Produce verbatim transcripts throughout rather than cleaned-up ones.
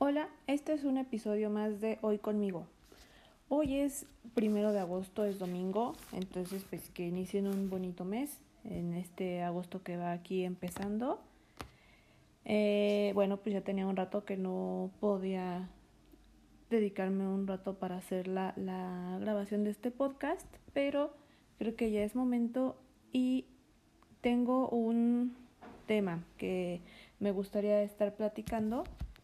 Hola, este es un episodio más de Hoy Conmigo. Hoy es primero de agosto, es domingo, entonces pues que inicien un bonito mes en este agosto que va aquí empezando. Eh, bueno, pues ya tenía un rato que no podía dedicarme un rato para hacer la, la grabación de este podcast, pero creo que ya es momento y tengo un tema que me gustaría estar platicando.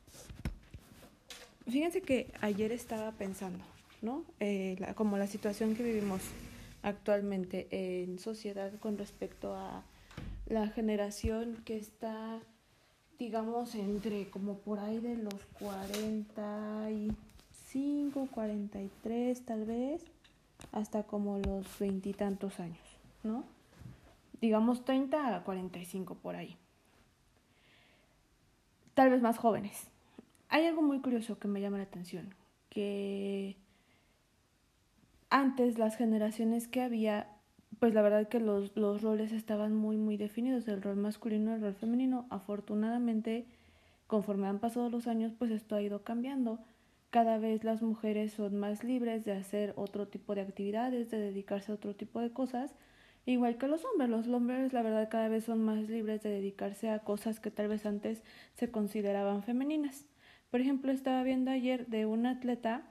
Fíjense que ayer estaba pensando, ¿no? Eh, la, como la situación que vivimos actualmente en sociedad con respecto a la generación que está, digamos, entre como por ahí de los cuarenta y cinco, cuarenta y tres tal vez, hasta como los veintitantos años, ¿no? Digamos treinta a cuarenta y cinco por ahí. Tal vez más jóvenes. Hay algo muy curioso que me llama la atención, que antes las generaciones que había, pues la verdad que los, los roles estaban muy muy definidos, el rol masculino y el rol femenino. Afortunadamente, conforme han pasado los años, pues esto ha ido cambiando. Cada vez las mujeres son más libres de hacer otro tipo de actividades, de dedicarse a otro tipo de cosas, igual que los hombres. Los hombres, la verdad, cada vez son más libres de dedicarse a cosas que tal vez antes se consideraban femeninas. Por ejemplo, estaba viendo ayer de un atleta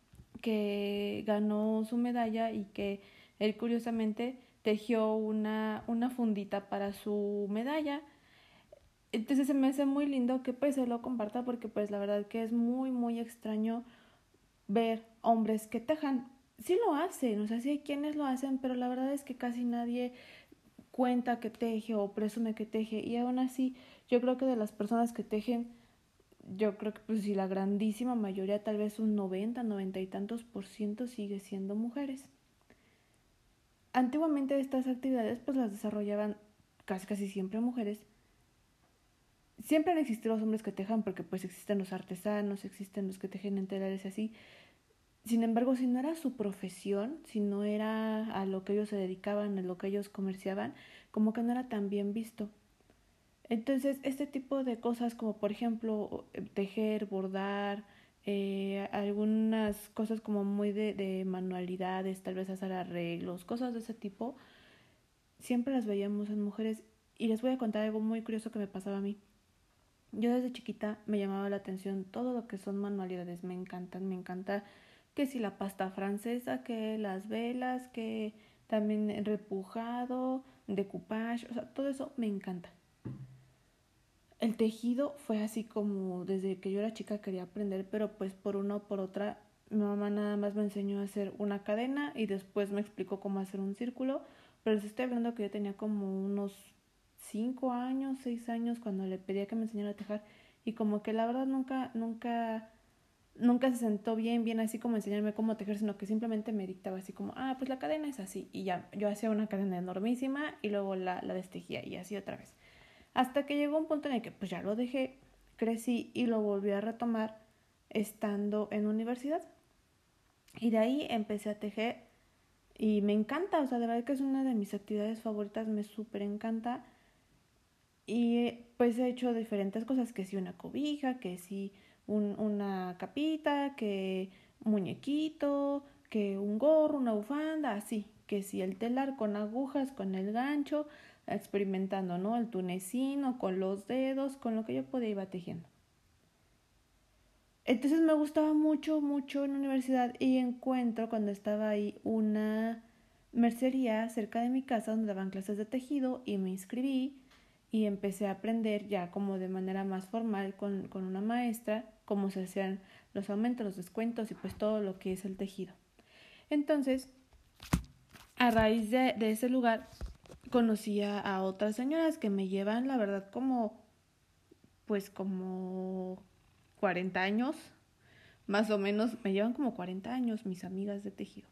que ganó su medalla y que él curiosamente tejió una, una fundita para su medalla. Entonces se me hace muy lindo que pues se lo comparta, porque pues la verdad que es muy muy extraño ver hombres que tejan. Sí lo hacen, o sea, sí hay quienes lo hacen, pero la verdad es que casi nadie cuenta que teje o presume que teje. Y aún así, yo creo que de las personas que tejen, yo creo que pues si la grandísima mayoría, tal vez un noventa, noventa y tantos por ciento sigue siendo mujeres. Antiguamente estas actividades pues las desarrollaban casi casi siempre mujeres. Siempre han existido los hombres que tejan, porque pues existen los artesanos, existen los que tejen en telares y así. Sin embargo, si no era su profesión, si no era a lo que ellos se dedicaban, a lo que ellos comerciaban, como que no era tan bien visto. Entonces, este tipo de cosas como por ejemplo tejer, bordar, eh, algunas cosas como muy de, de manualidades, tal vez hacer arreglos, cosas de ese tipo, siempre las veíamos en mujeres. Y les voy a contar algo muy curioso que me pasaba a mí. Yo desde chiquita me llamaba la atención todo lo que son manualidades, me encantan, me encanta que si la pasta francesa, que las velas, que también repujado, decoupage, o sea, todo eso me encanta. El tejido fue así como desde que yo era chica quería aprender, pero pues por una o por otra mi mamá nada más me enseñó a hacer una cadena y después me explicó cómo hacer un círculo, pero les estoy hablando que yo tenía como unos cinco años, seis años cuando le pedía que me enseñara a tejer, y como que la verdad nunca, nunca, nunca se sentó bien, bien así como enseñarme cómo tejer, sino que simplemente me dictaba así como, ah, pues la cadena es así, y ya, yo hacía una cadena enormísima y luego la, la destejía y así otra vez. Hasta que llegó un punto en el que pues ya lo dejé, crecí y lo volví a retomar estando en universidad. Y de ahí empecé a tejer y me encanta, o sea, de verdad que es una de mis actividades favoritas, me súper encanta. Y pues he hecho diferentes cosas, que si una cobija, que si un, una capita, que un muñequito, que un gorro, una bufanda, así, que si el telar con agujas, con el gancho, experimentando, ¿no? El tunecino, con los dedos, con lo que yo podía iba tejiendo. Entonces me gustaba mucho, mucho en la universidad, y encuentro cuando estaba ahí una mercería cerca de mi casa donde daban clases de tejido y me inscribí y empecé a aprender ya como de manera más formal con, con una maestra cómo se hacían los aumentos, los descuentos y pues todo lo que es el tejido. Entonces, a raíz de, de ese lugar, conocí a otras señoras que me llevan, la verdad, como, pues como cuarenta años, más o menos, me llevan como cuarenta años mis amigas de tejido.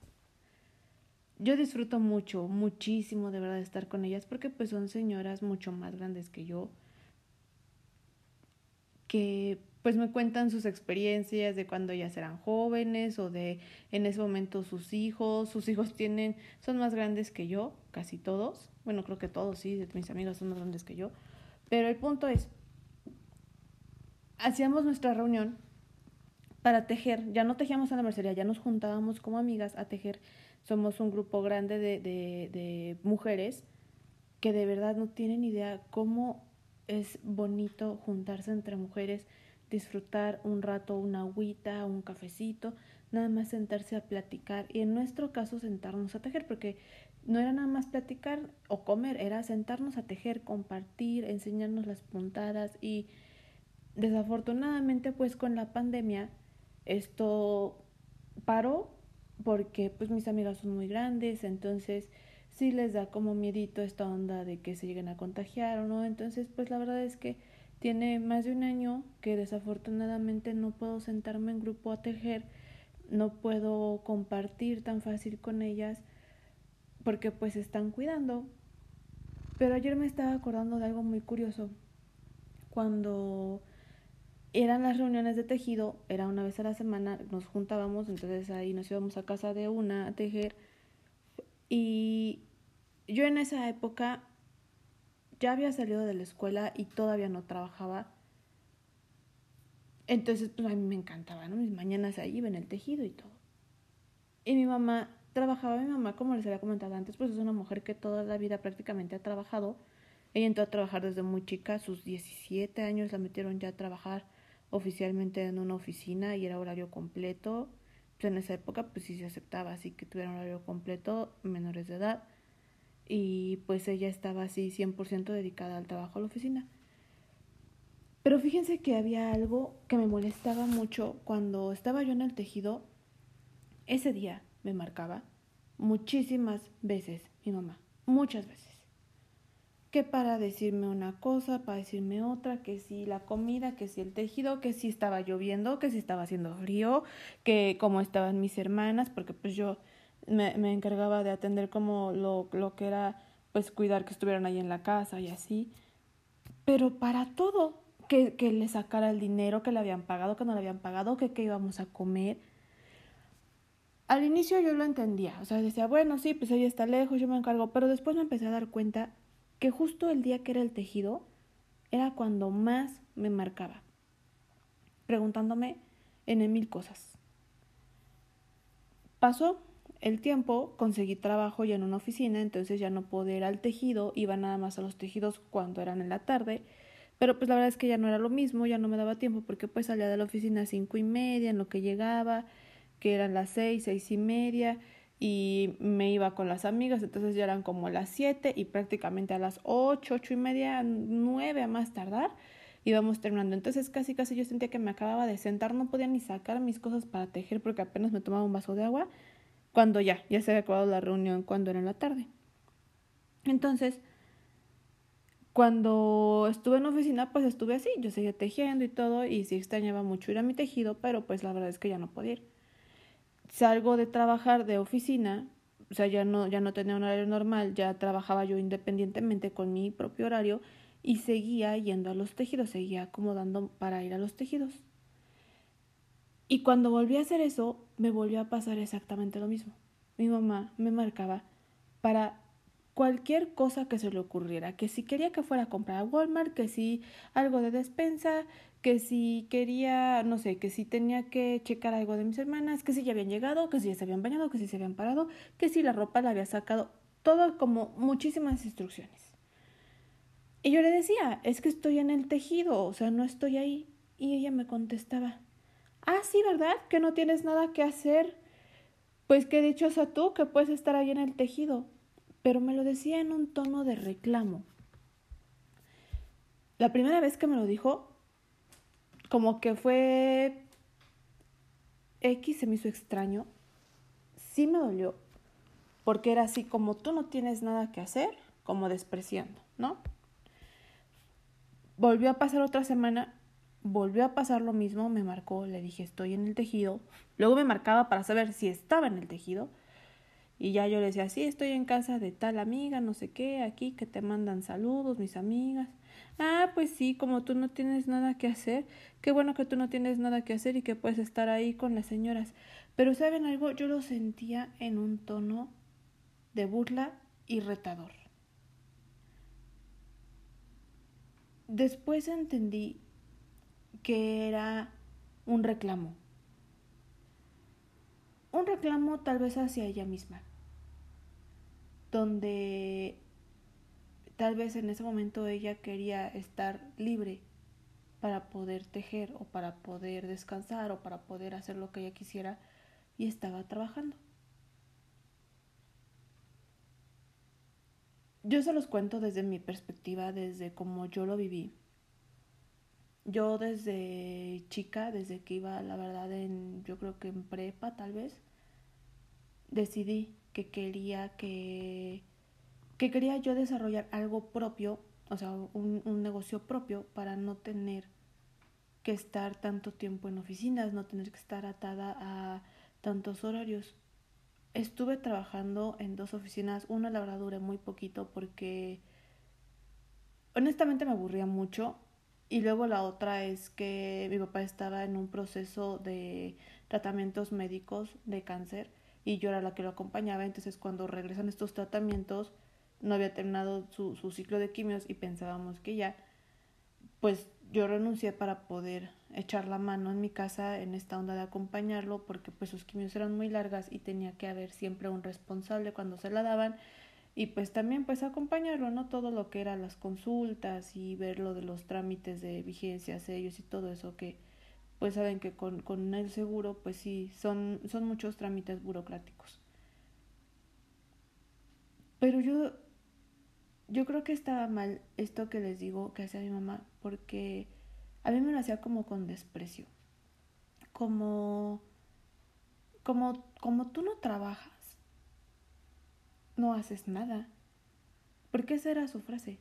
Yo disfruto mucho, muchísimo de verdad de estar con ellas, porque pues son señoras mucho más grandes que yo, que pues me cuentan sus experiencias de cuando ellas eran jóvenes o de en ese momento sus hijos. Sus hijos tienen, son más grandes que yo, casi todos. Bueno, creo que todos, sí, mis amigos son más grandes que yo. Pero el punto es, hacíamos nuestra reunión para tejer. Ya no tejíamos en la mercería, ya nos juntábamos como amigas a tejer. Somos un grupo grande de, de, de mujeres que de verdad no tienen idea cómo es bonito juntarse entre mujeres, disfrutar un rato una agüita, un cafecito, nada más sentarse a platicar y en nuestro caso sentarnos a tejer, porque no era nada más platicar o comer, era sentarnos a tejer, compartir, enseñarnos las puntadas y desafortunadamente pues con la pandemia esto paró porque pues mis amigas son muy grandes, entonces sí les da como miedito esta onda de que se lleguen a contagiar o no, entonces pues la verdad es que tiene más de un año que desafortunadamente no puedo sentarme en grupo a tejer, no puedo compartir tan fácil con ellas porque pues se están cuidando. Pero ayer me estaba acordando de algo muy curioso. Cuando eran las reuniones de tejido, era una vez a la semana, nos juntábamos, entonces ahí nos íbamos a casa de una a tejer. Y yo en esa época ya había salido de la escuela y todavía no trabajaba. Entonces, pues a mí me encantaba, ¿no? Mis mañanas ahí iba en el tejido y todo. Y mi mamá, trabajaba mi mamá, como les había comentado antes, pues es una mujer que toda la vida prácticamente ha trabajado. Ella entró a trabajar desde muy chica, a sus diecisiete años la metieron ya a trabajar oficialmente en una oficina y era horario completo. Pues en esa época pues sí se aceptaba así que tuviera horario completo, menores de edad. Y pues ella estaba así cien por ciento dedicada al trabajo a la oficina. Pero fíjense que había algo que me molestaba mucho cuando estaba yo en el tejido. Ese día me marcaba muchísimas veces mi mamá, muchas veces. Que para decirme una cosa, para decirme otra, que si la comida, que si el tejido, que si estaba lloviendo, que si estaba haciendo frío, que cómo estaban mis hermanas, porque pues yo me, me encargaba de atender como lo, lo que era pues cuidar que estuvieran ahí en la casa y así. Pero para todo, que, que le sacara el dinero, que le habían pagado, que no le habían pagado, que qué íbamos a comer. Al inicio yo lo entendía, o sea, decía, bueno, sí, pues ella está lejos, yo me encargo, pero después me empecé a dar cuenta que justo el día que era el tejido era cuando más me marcaba, preguntándome en mil cosas. Pasó el tiempo, conseguí trabajo ya en una oficina, entonces ya no podía ir al tejido, iba nada más a los tejidos cuando eran en la tarde, pero pues la verdad es que ya no era lo mismo, ya no me daba tiempo porque pues salía de la oficina a cinco y media en lo que llegaba, que eran las seis, seis y media, y me iba con las amigas, entonces ya eran como las siete y prácticamente a las ocho, ocho y media, nueve a más tardar, íbamos terminando. Entonces casi casi yo sentía que me acababa de sentar, no podía ni sacar mis cosas para tejer porque apenas me tomaba un vaso de agua, cuando ya, ya se había acabado la reunión, cuando era en la tarde. Entonces, cuando estuve en la oficina, pues estuve así, yo seguía tejiendo y todo, y sí extrañaba mucho ir a mi tejido, pero pues la verdad es que ya no podía ir. Salgo de trabajar de oficina, o sea, ya no, ya no tenía un horario normal, ya trabajaba yo independientemente con mi propio horario y seguía yendo a los tejidos, seguía acomodando para ir a los tejidos. Y cuando volví a hacer eso, me volvió a pasar exactamente lo mismo. Mi mamá me marcaba para cualquier cosa que se le ocurriera, que si quería que fuera a comprar a Walmart, que si algo de despensa, que si quería, no sé, que si tenía que checar algo de mis hermanas, que si ya habían llegado, que si ya se habían bañado, que si se habían parado, que si la ropa la había sacado, todo como muchísimas instrucciones. Y yo le decía, es que estoy en el tejido, o sea, no estoy ahí. Y ella me contestaba, ah, sí, ¿verdad? Que no tienes nada que hacer. Pues qué dichosa tú que puedes estar ahí en el tejido. Pero me lo decía en un tono de reclamo. La primera vez que me lo dijo, como que fue X, se me hizo extraño. Sí me dolió, porque era así como tú no tienes nada que hacer, como despreciando, ¿no? Volvió a pasar otra semana, volvió a pasar lo mismo, me marcó, le dije estoy en el tejido. Luego me marcaba para saber si estaba en el tejido. Y ya yo le decía, sí, estoy en casa de tal amiga, no sé qué, aquí que te mandan saludos, mis amigas. Ah, pues sí, como tú no tienes nada que hacer, qué bueno que tú no tienes nada que hacer y que puedes estar ahí con las señoras. Pero ¿saben algo? Yo lo sentía en un tono de burla y retador. Después entendí que era un reclamo, un reclamo tal vez hacia ella misma, donde tal vez en ese momento ella quería estar libre para poder tejer o para poder descansar o para poder hacer lo que ella quisiera y estaba trabajando. Yo se los cuento desde mi perspectiva, desde cómo yo lo viví. Yo desde chica, desde que iba, la verdad, en, yo creo que en prepa tal vez, decidí que quería que, que quería yo desarrollar algo propio, o sea, un, un negocio propio para no tener que estar tanto tiempo en oficinas, no tener que estar atada a tantos horarios. Estuve trabajando en dos oficinas, una la verdad duré muy poquito porque honestamente me aburría mucho y luego la otra es que mi papá estaba en un proceso de tratamientos médicos de cáncer y yo era la que lo acompañaba, entonces cuando regresan estos tratamientos no había terminado su, su ciclo de quimios y pensábamos que ya, pues yo renuncié para poder echar la mano en mi casa en esta onda de acompañarlo porque pues sus quimios eran muy largas y tenía que haber siempre un responsable cuando se la daban y pues también pues acompañarlo, ¿no? Todo lo que eran las consultas y ver lo de los trámites de vigencia, sellos y todo eso que pues saben que con, con el seguro pues sí, son, son muchos trámites burocráticos. Pero yo, yo creo que estaba mal esto que les digo que hacía mi mamá porque a mí me lo hacía como con desprecio, como, como, como tú no trabajas, no haces nada. Porque esa era su frase.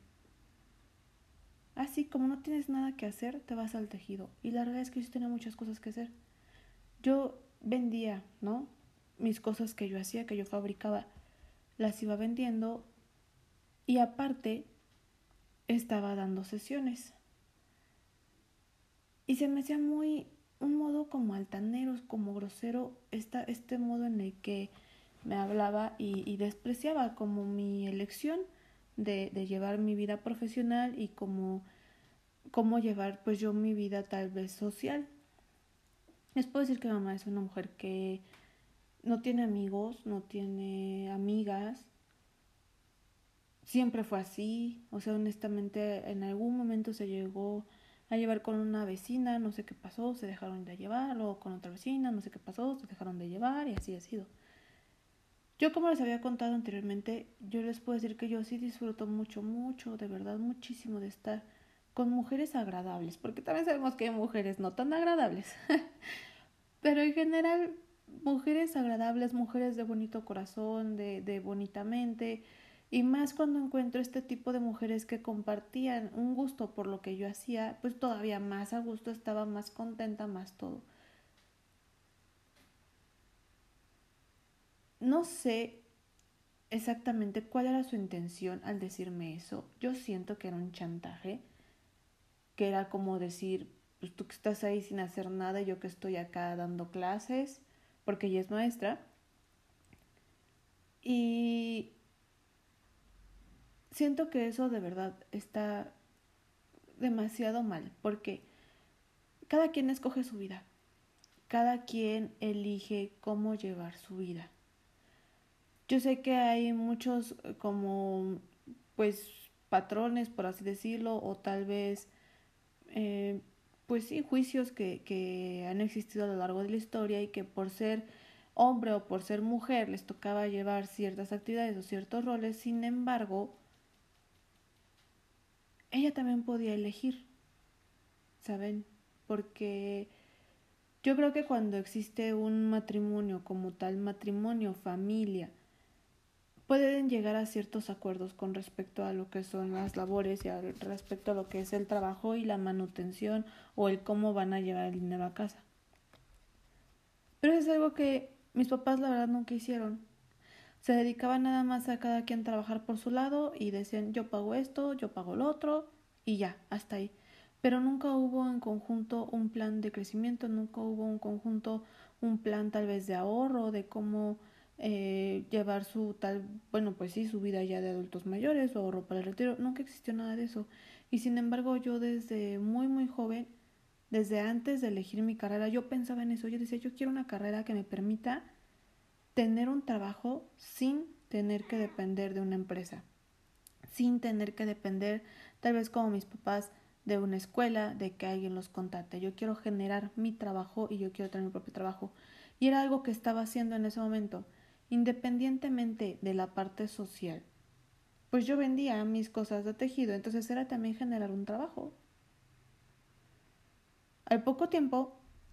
Así como no tienes nada que hacer, te vas al tejido. Y la realidad es que yo tenía muchas cosas que hacer. Yo vendía, ¿no? Mis cosas que yo hacía, que yo fabricaba, las iba vendiendo y aparte estaba dando sesiones. Y se me hacía muy un modo como altanero, como grosero, esta, este modo en el que me hablaba y, y despreciaba como mi elección de, de llevar mi vida profesional y como cómo llevar pues yo mi vida tal vez social. Les puedo decir que mamá es una mujer que no tiene amigos, no tiene amigas, siempre fue así, o sea, honestamente en algún momento se llegó a llevar con una vecina, no sé qué pasó, se dejaron de llevar, luego con otra vecina, no sé qué pasó, se dejaron de llevar y así ha sido. Yo como les había contado anteriormente, yo les puedo decir que yo sí disfruto mucho, mucho, de verdad muchísimo de estar con mujeres agradables, porque también sabemos que hay mujeres no tan agradables, pero en general mujeres agradables, mujeres de bonito corazón, de, de bonita mente, y más cuando encuentro este tipo de mujeres que compartían un gusto por lo que yo hacía, pues todavía más a gusto, estaba más contenta, más todo. No sé exactamente cuál era su intención al decirme eso. Yo siento que era un chantaje, que era como decir, pues tú que estás ahí sin hacer nada y yo que estoy acá dando clases, porque ella es maestra. Y siento que eso de verdad está demasiado mal, porque cada quien escoge su vida, cada quien elige cómo llevar su vida. Yo sé que hay muchos eh, como pues patrones, por así decirlo, o tal vez eh, pues sí, juicios que, que han existido a lo largo de la historia y que por ser hombre o por ser mujer les tocaba llevar ciertas actividades o ciertos roles, sin embargo, ella también podía elegir, ¿saben? Porque yo creo que cuando existe un matrimonio como tal, matrimonio, familia, pueden llegar a ciertos acuerdos con respecto a lo que son las labores y al respecto a lo que es el trabajo y la manutención o el cómo van a llevar el dinero a casa. Pero eso es algo que mis papás la verdad nunca hicieron. Se dedicaban nada más a cada quien trabajar por su lado y decían yo pago esto, yo pago lo otro y ya, hasta ahí. Pero nunca hubo en conjunto un plan de crecimiento, nunca hubo un conjunto, un plan tal vez de ahorro, de cómo eh, llevar su tal, bueno, pues sí, su vida ya de adultos mayores o ahorro para el retiro. Nunca existió nada de eso. Y sin embargo yo desde muy, muy joven, desde antes de elegir mi carrera, yo pensaba en eso. Yo decía, yo quiero una carrera que me permita tener un trabajo sin tener que depender de una empresa, sin tener que depender, tal vez como mis papás, de una escuela, de que alguien los contacte. Yo quiero generar mi trabajo y yo quiero tener mi propio trabajo. Y era algo que estaba haciendo en ese momento, independientemente de la parte social. Pues yo vendía mis cosas de tejido, entonces era también generar un trabajo. Al poco tiempo,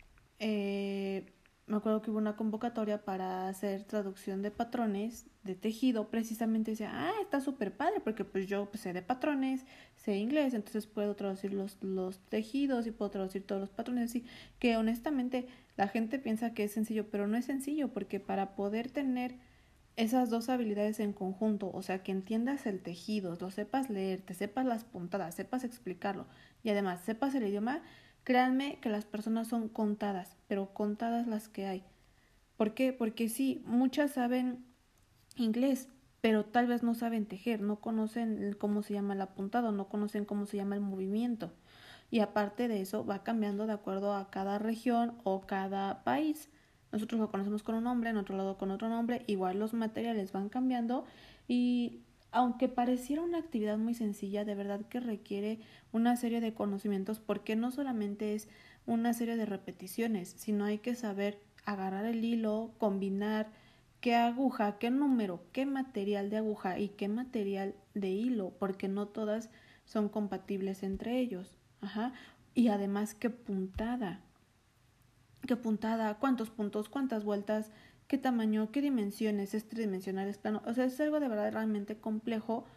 eh, me acuerdo que hubo una convocatoria para hacer traducción de patrones de tejido. Precisamente decía, ah, está súper padre, porque pues yo pues, sé de patrones, sé inglés, entonces puedo traducir los, los tejidos y puedo traducir todos los patrones. Así que honestamente la gente piensa que es sencillo, pero no es sencillo, porque para poder tener esas dos habilidades en conjunto, o sea, que entiendas el tejido, lo sepas leer, te sepas las puntadas, sepas explicarlo y además sepas el idioma, créanme que las personas son contadas, pero contadas las que hay. ¿Por qué? Porque sí, muchas saben inglés, pero tal vez no saben tejer, no conocen cómo se llama el apuntado, no conocen cómo se llama el movimiento. Y aparte de eso, va cambiando de acuerdo a cada región o cada país. Nosotros lo conocemos con un nombre, en otro lado con otro nombre, igual los materiales van cambiando y aunque pareciera una actividad muy sencilla, de verdad que requiere una serie de conocimientos porque no solamente es una serie de repeticiones, sino hay que saber agarrar el hilo, combinar qué aguja, qué número, qué material de aguja y qué material de hilo, porque no todas son compatibles entre ellos. Ajá. Y además qué puntada. Qué puntada, cuántos puntos, cuántas vueltas, qué tamaño, qué dimensiones, es tridimensional, es plano. O sea, es algo de verdad realmente complejo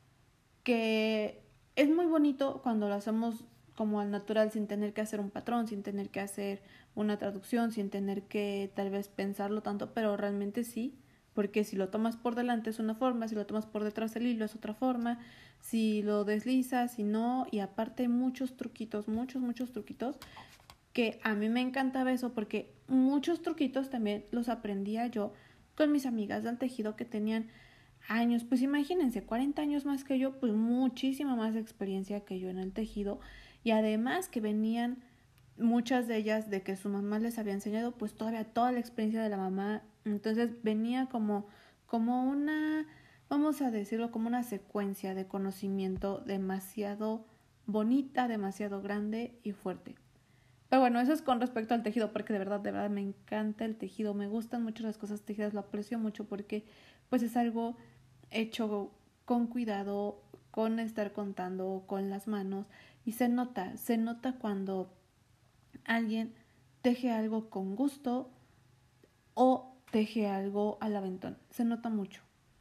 que es muy bonito cuando lo hacemos como al natural, sin tener que hacer un patrón, sin tener que hacer una traducción, sin tener que tal vez pensarlo tanto, pero realmente sí, porque si lo tomas por delante es una forma, si lo tomas por detrás del hilo es otra forma, si lo deslizas, si no, y aparte muchos truquitos, muchos, muchos truquitos, que a mí me encantaba eso, porque muchos truquitos también los aprendía yo con mis amigas del tejido que tenían años, pues imagínense, cuarenta años más que yo, pues muchísima más experiencia que yo en el tejido y además que venían muchas de ellas de que su mamá les había enseñado pues todavía toda la experiencia de la mamá, entonces venía como como una, vamos a decirlo, como una secuencia de conocimiento demasiado bonita, demasiado grande y fuerte. Pero bueno, eso es con respecto al tejido, porque de verdad, de verdad me encanta el tejido, me gustan mucho las cosas tejidas, lo aprecio mucho porque pues es algo hecho con cuidado, con estar contando con las manos y se nota, se nota cuando alguien teje algo con gusto o teje algo al aventón, se nota mucho.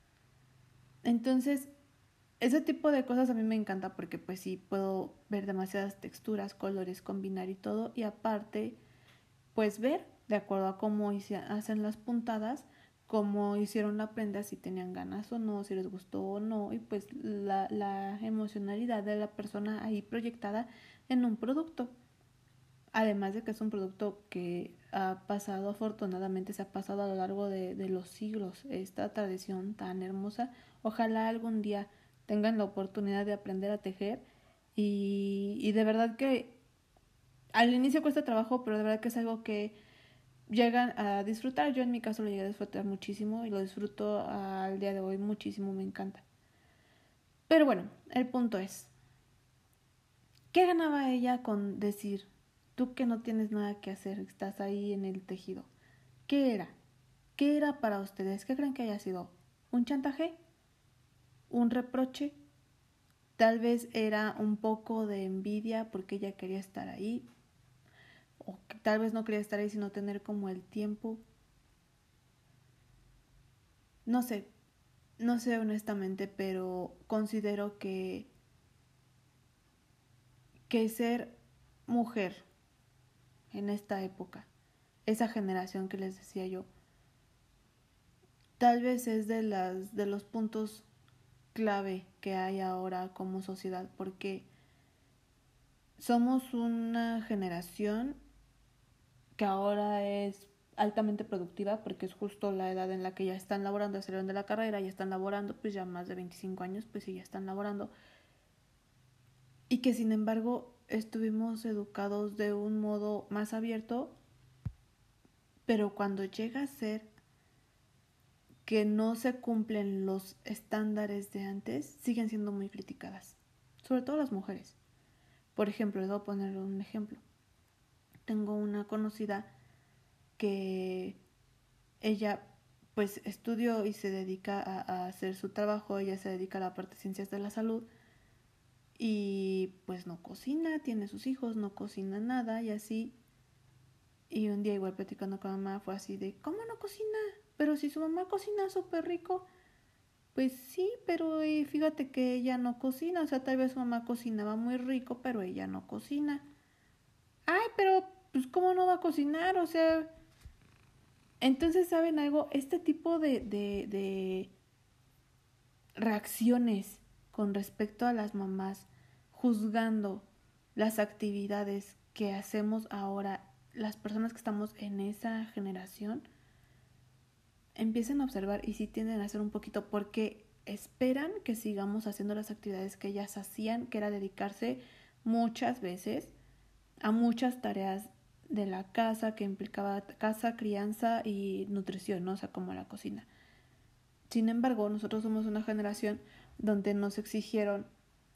Entonces, ese tipo de cosas a mí me encanta porque pues sí puedo ver demasiadas texturas, colores, combinar y todo y aparte pues ver de acuerdo a cómo hacen las puntadas, cómo hicieron la prenda, si tenían ganas o no, si les gustó o no, y pues la, la emocionalidad de la persona ahí proyectada en un producto. Además de que es un producto que ha pasado, afortunadamente se ha pasado a lo largo de, de los siglos, esta tradición tan hermosa. Ojalá algún día tengan la oportunidad de aprender a tejer y, y de verdad que al inicio cuesta trabajo, pero de verdad que es algo que llegan a disfrutar. Yo en mi caso lo llegué a disfrutar muchísimo y lo disfruto al día de hoy muchísimo, me encanta. Pero bueno, el punto es, ¿qué ganaba ella con decir, tú que no tienes nada que hacer, estás ahí en el tejido? ¿Qué era? ¿Qué era para ustedes? ¿Qué creen que haya sido? ¿Un chantaje? ¿Un reproche? Tal vez era un poco de envidia porque ella quería estar ahí, o que tal vez no quería estar ahí sino tener como el tiempo. No sé, no sé honestamente, pero considero que, que ser mujer en esta época, esa generación que les decía yo, tal vez es de las de los puntos clave que hay ahora como sociedad, porque somos una generación que ahora es altamente productiva porque es justo la edad en la que ya están laborando, salieron de la carrera, ya están laborando, pues ya más de veinticinco años, pues sí, ya están laborando. Y que sin embargo estuvimos educados de un modo más abierto, pero cuando llega a ser que no se cumplen los estándares de antes siguen siendo muy criticadas, sobre todo las mujeres. Por ejemplo, les voy a poner un ejemplo. Tengo una conocida que ella pues estudió y se dedica a, a hacer su trabajo, ella se dedica a la parte de ciencias de la salud y pues no cocina, tiene sus hijos, no cocina nada y así. Y un día igual platicando con mamá fue así de, ¿cómo no cocina? Pero si su mamá cocina súper rico. Pues sí, pero eh, fíjate que ella no cocina, o sea, tal vez su mamá cocinaba muy rico, pero ella no cocina. Ay, pero pues ¿cómo no va a cocinar? O sea, entonces, ¿saben algo? Este tipo de, de, de reacciones con respecto a las mamás, juzgando las actividades que hacemos ahora, las personas que estamos en esa generación, empiecen a observar y sí tienden a hacer un poquito porque esperan que sigamos haciendo las actividades que ellas hacían, que era dedicarse muchas veces a muchas tareas de la casa que implicaba casa, crianza y nutrición, ¿no? O sea, como la cocina. Sin embargo, nosotros somos una generación donde nos exigieron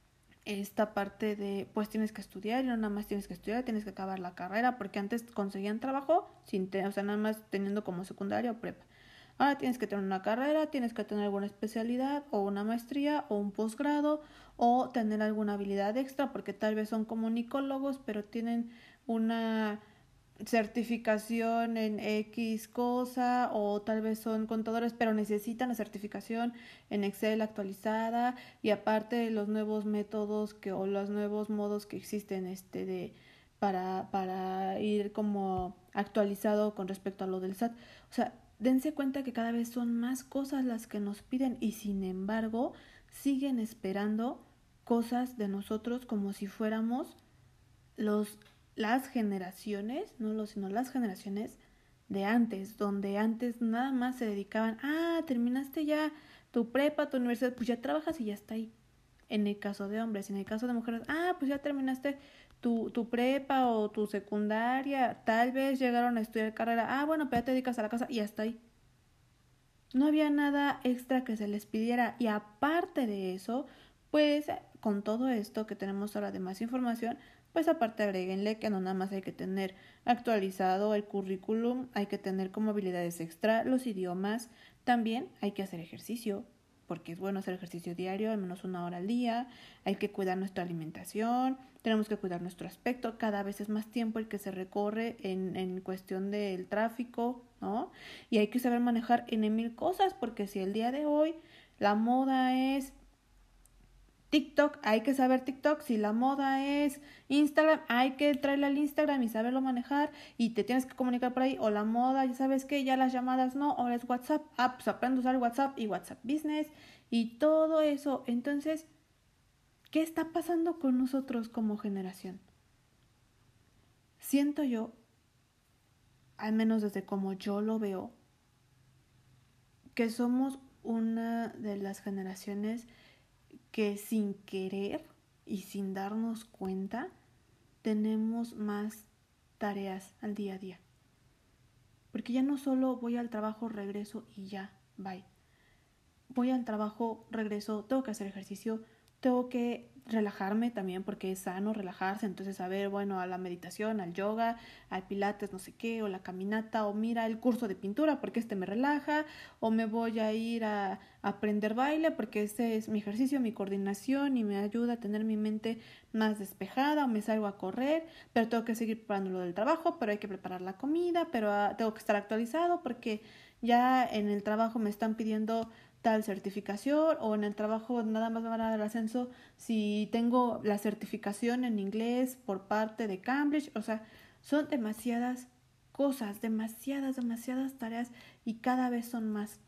esta parte de, pues tienes que estudiar y no nada más tienes que estudiar, tienes que acabar la carrera, porque antes conseguían trabajo sin, te, o sea, nada más teniendo como secundaria o prepa. Ahora tienes que tener una carrera, tienes que tener alguna especialidad o una maestría o un posgrado o tener alguna habilidad extra porque tal vez son comunicólogos pero tienen una certificación en X cosa o tal vez son contadores pero necesitan la certificación en Excel actualizada y aparte los nuevos métodos que o los nuevos modos que existen este de para para ir como actualizado con respecto a lo del S A T. O sea, dense cuenta que cada vez son más cosas las que nos piden y sin embargo siguen esperando cosas de nosotros como si fuéramos los las generaciones, no los sino las generaciones de antes, donde antes nada más se dedicaban, ah, terminaste ya tu prepa, tu universidad, pues ya trabajas y ya está ahí. En el caso de hombres, en el caso de mujeres, ah, pues ya terminaste tu, tu prepa o tu secundaria, tal vez llegaron a estudiar carrera, ah, bueno, pero ya te dedicas a la casa y hasta ahí. No había nada extra que se les pidiera y aparte de eso, pues con todo esto que tenemos ahora de más información, pues aparte agréguenle que no nada más hay que tener actualizado el currículum, hay que tener como habilidades extra los idiomas, también hay que hacer ejercicio, porque es bueno hacer ejercicio diario, al menos una hora al día, hay que cuidar nuestra alimentación, tenemos que cuidar nuestro aspecto, cada vez es más tiempo el que se recorre en, en cuestión del tráfico, ¿no? Y hay que saber manejar en mil cosas, porque si el día de hoy la moda es TikTok, hay que saber TikTok. Si la moda es Instagram, hay que traerle al Instagram y saberlo manejar y te tienes que comunicar por ahí. O la moda, ya sabes que ya las llamadas no, ahora es WhatsApp. Ah, pues aprendo a usar WhatsApp y WhatsApp Business y todo eso. Entonces, ¿qué está pasando con nosotros como generación? Siento yo, al menos desde como yo lo veo, que somos una de las generaciones que sin querer y sin darnos cuenta tenemos más tareas al día a día. Porque ya no solo voy al trabajo, regreso y ya, bye. Voy al trabajo, regreso, tengo que hacer ejercicio, tengo que relajarme también porque es sano relajarse, entonces a ver, bueno, a la meditación, al yoga, al pilates, no sé qué, o la caminata, o mira el curso de pintura porque este me relaja, o me voy a ir a, a aprender baile porque este es mi ejercicio, mi coordinación y me ayuda a tener mi mente más despejada, o me salgo a correr, pero tengo que seguir preparando lo del trabajo, pero hay que preparar la comida, pero uh, tengo que estar actualizado porque ya en el trabajo me están pidiendo tal certificación o en el trabajo nada más me van a dar el ascenso si tengo la certificación en inglés por parte de Cambridge. O sea, son demasiadas cosas, demasiadas, demasiadas tareas y cada vez son más.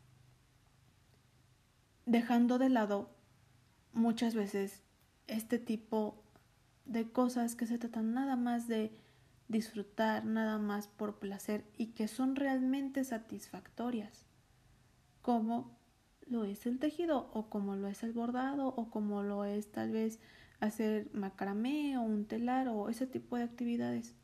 Dejando de lado muchas veces este tipo de cosas que se tratan nada más de disfrutar, nada más por placer y que son realmente satisfactorias, como lo es el tejido o como lo es el bordado o como lo es tal vez hacer macramé o un telar o ese tipo de actividades.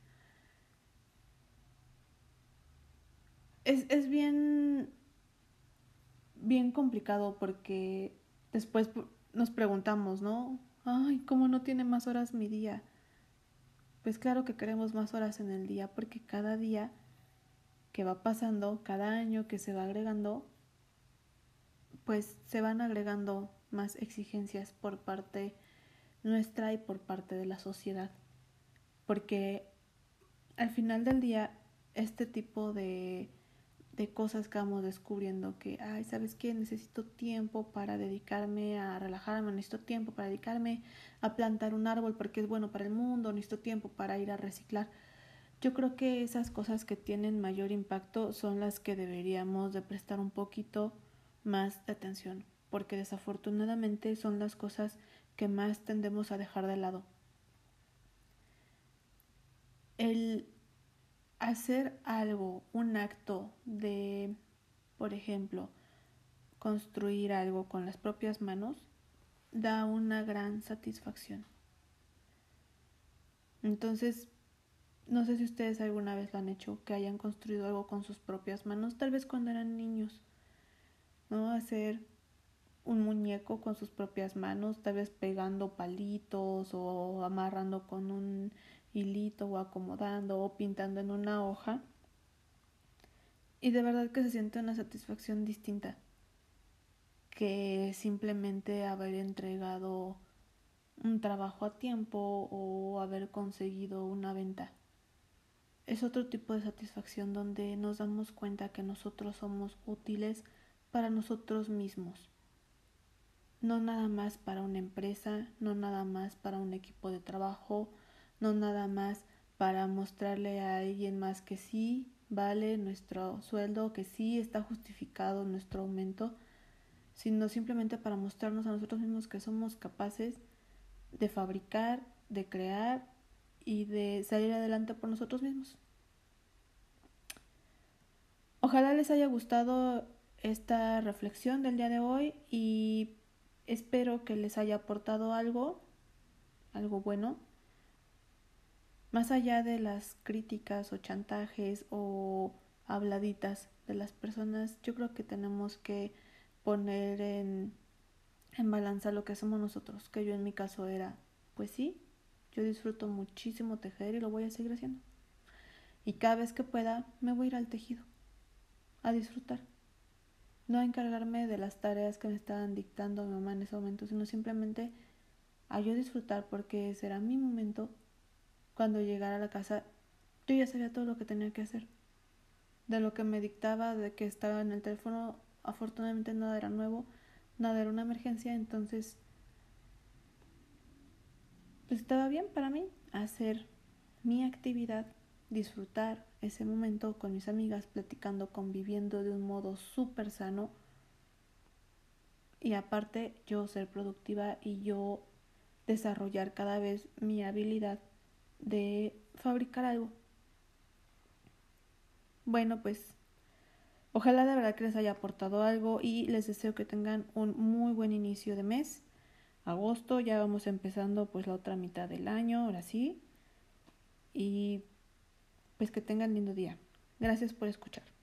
Es, es bien bien complicado porque después nos preguntamos, ¿no? Ay, ¿cómo no tiene más horas mi día? Pues claro que queremos más horas en el día porque cada día que va pasando, cada año que se va agregando, pues se van agregando más exigencias por parte nuestra y por parte de la sociedad. Porque al final del día, este tipo de, de cosas que vamos descubriendo, que, ay, ¿sabes qué? Necesito tiempo para dedicarme a relajarme, necesito tiempo para dedicarme a plantar un árbol porque es bueno para el mundo, necesito tiempo para ir a reciclar. Yo creo que esas cosas que tienen mayor impacto son las que deberíamos de prestar un poquito más de atención, porque desafortunadamente son las cosas que más tendemos a dejar de lado. El hacer algo, un acto de, por ejemplo, construir algo con las propias manos, da una gran satisfacción. Entonces, no sé si ustedes alguna vez lo han hecho, que hayan construido algo con sus propias manos, tal vez cuando eran niños, ¿no? Hacer un muñeco con sus propias manos, tal vez pegando palitos o amarrando con un hilito o acomodando o pintando en una hoja. Y de verdad que se siente una satisfacción distinta que simplemente haber entregado un trabajo a tiempo o haber conseguido una venta. Es otro tipo de satisfacción donde nos damos cuenta que nosotros somos útiles para nosotros mismos. No nada más para una empresa, no nada más para un equipo de trabajo, no nada más para mostrarle a alguien más que sí vale nuestro sueldo, que sí está justificado nuestro aumento, sino simplemente para mostrarnos a nosotros mismos que somos capaces de fabricar, de crear y de salir adelante por nosotros mismos. Ojalá les haya gustado esta reflexión del día de hoy y espero que les haya aportado algo, algo bueno, más allá de las críticas o chantajes o habladitas de las personas. Yo creo que tenemos que poner en, en balanza lo que somos nosotros, que yo en mi caso era, pues sí, yo disfruto muchísimo tejer y lo voy a seguir haciendo. Y cada vez que pueda me voy a ir al tejido, a disfrutar. No a encargarme de las tareas que me estaban dictando mi mamá en ese momento, sino simplemente a yo disfrutar porque ese era mi momento. Cuando llegara a la casa yo ya sabía todo lo que tenía que hacer. De lo que me dictaba, de que estaba en el teléfono, afortunadamente nada era nuevo, nada era una emergencia, entonces pues estaba bien para mí hacer mi actividad, disfrutar ese momento con mis amigas, platicando, conviviendo de un modo súper sano y aparte yo ser productiva y yo desarrollar cada vez mi habilidad de fabricar algo. Bueno, pues ojalá de verdad que les haya aportado algo y les deseo que tengan un muy buen inicio de mes. Agosto, ya vamos empezando pues la otra mitad del año, ahora sí. Y pues que tengan lindo día. Gracias por escuchar.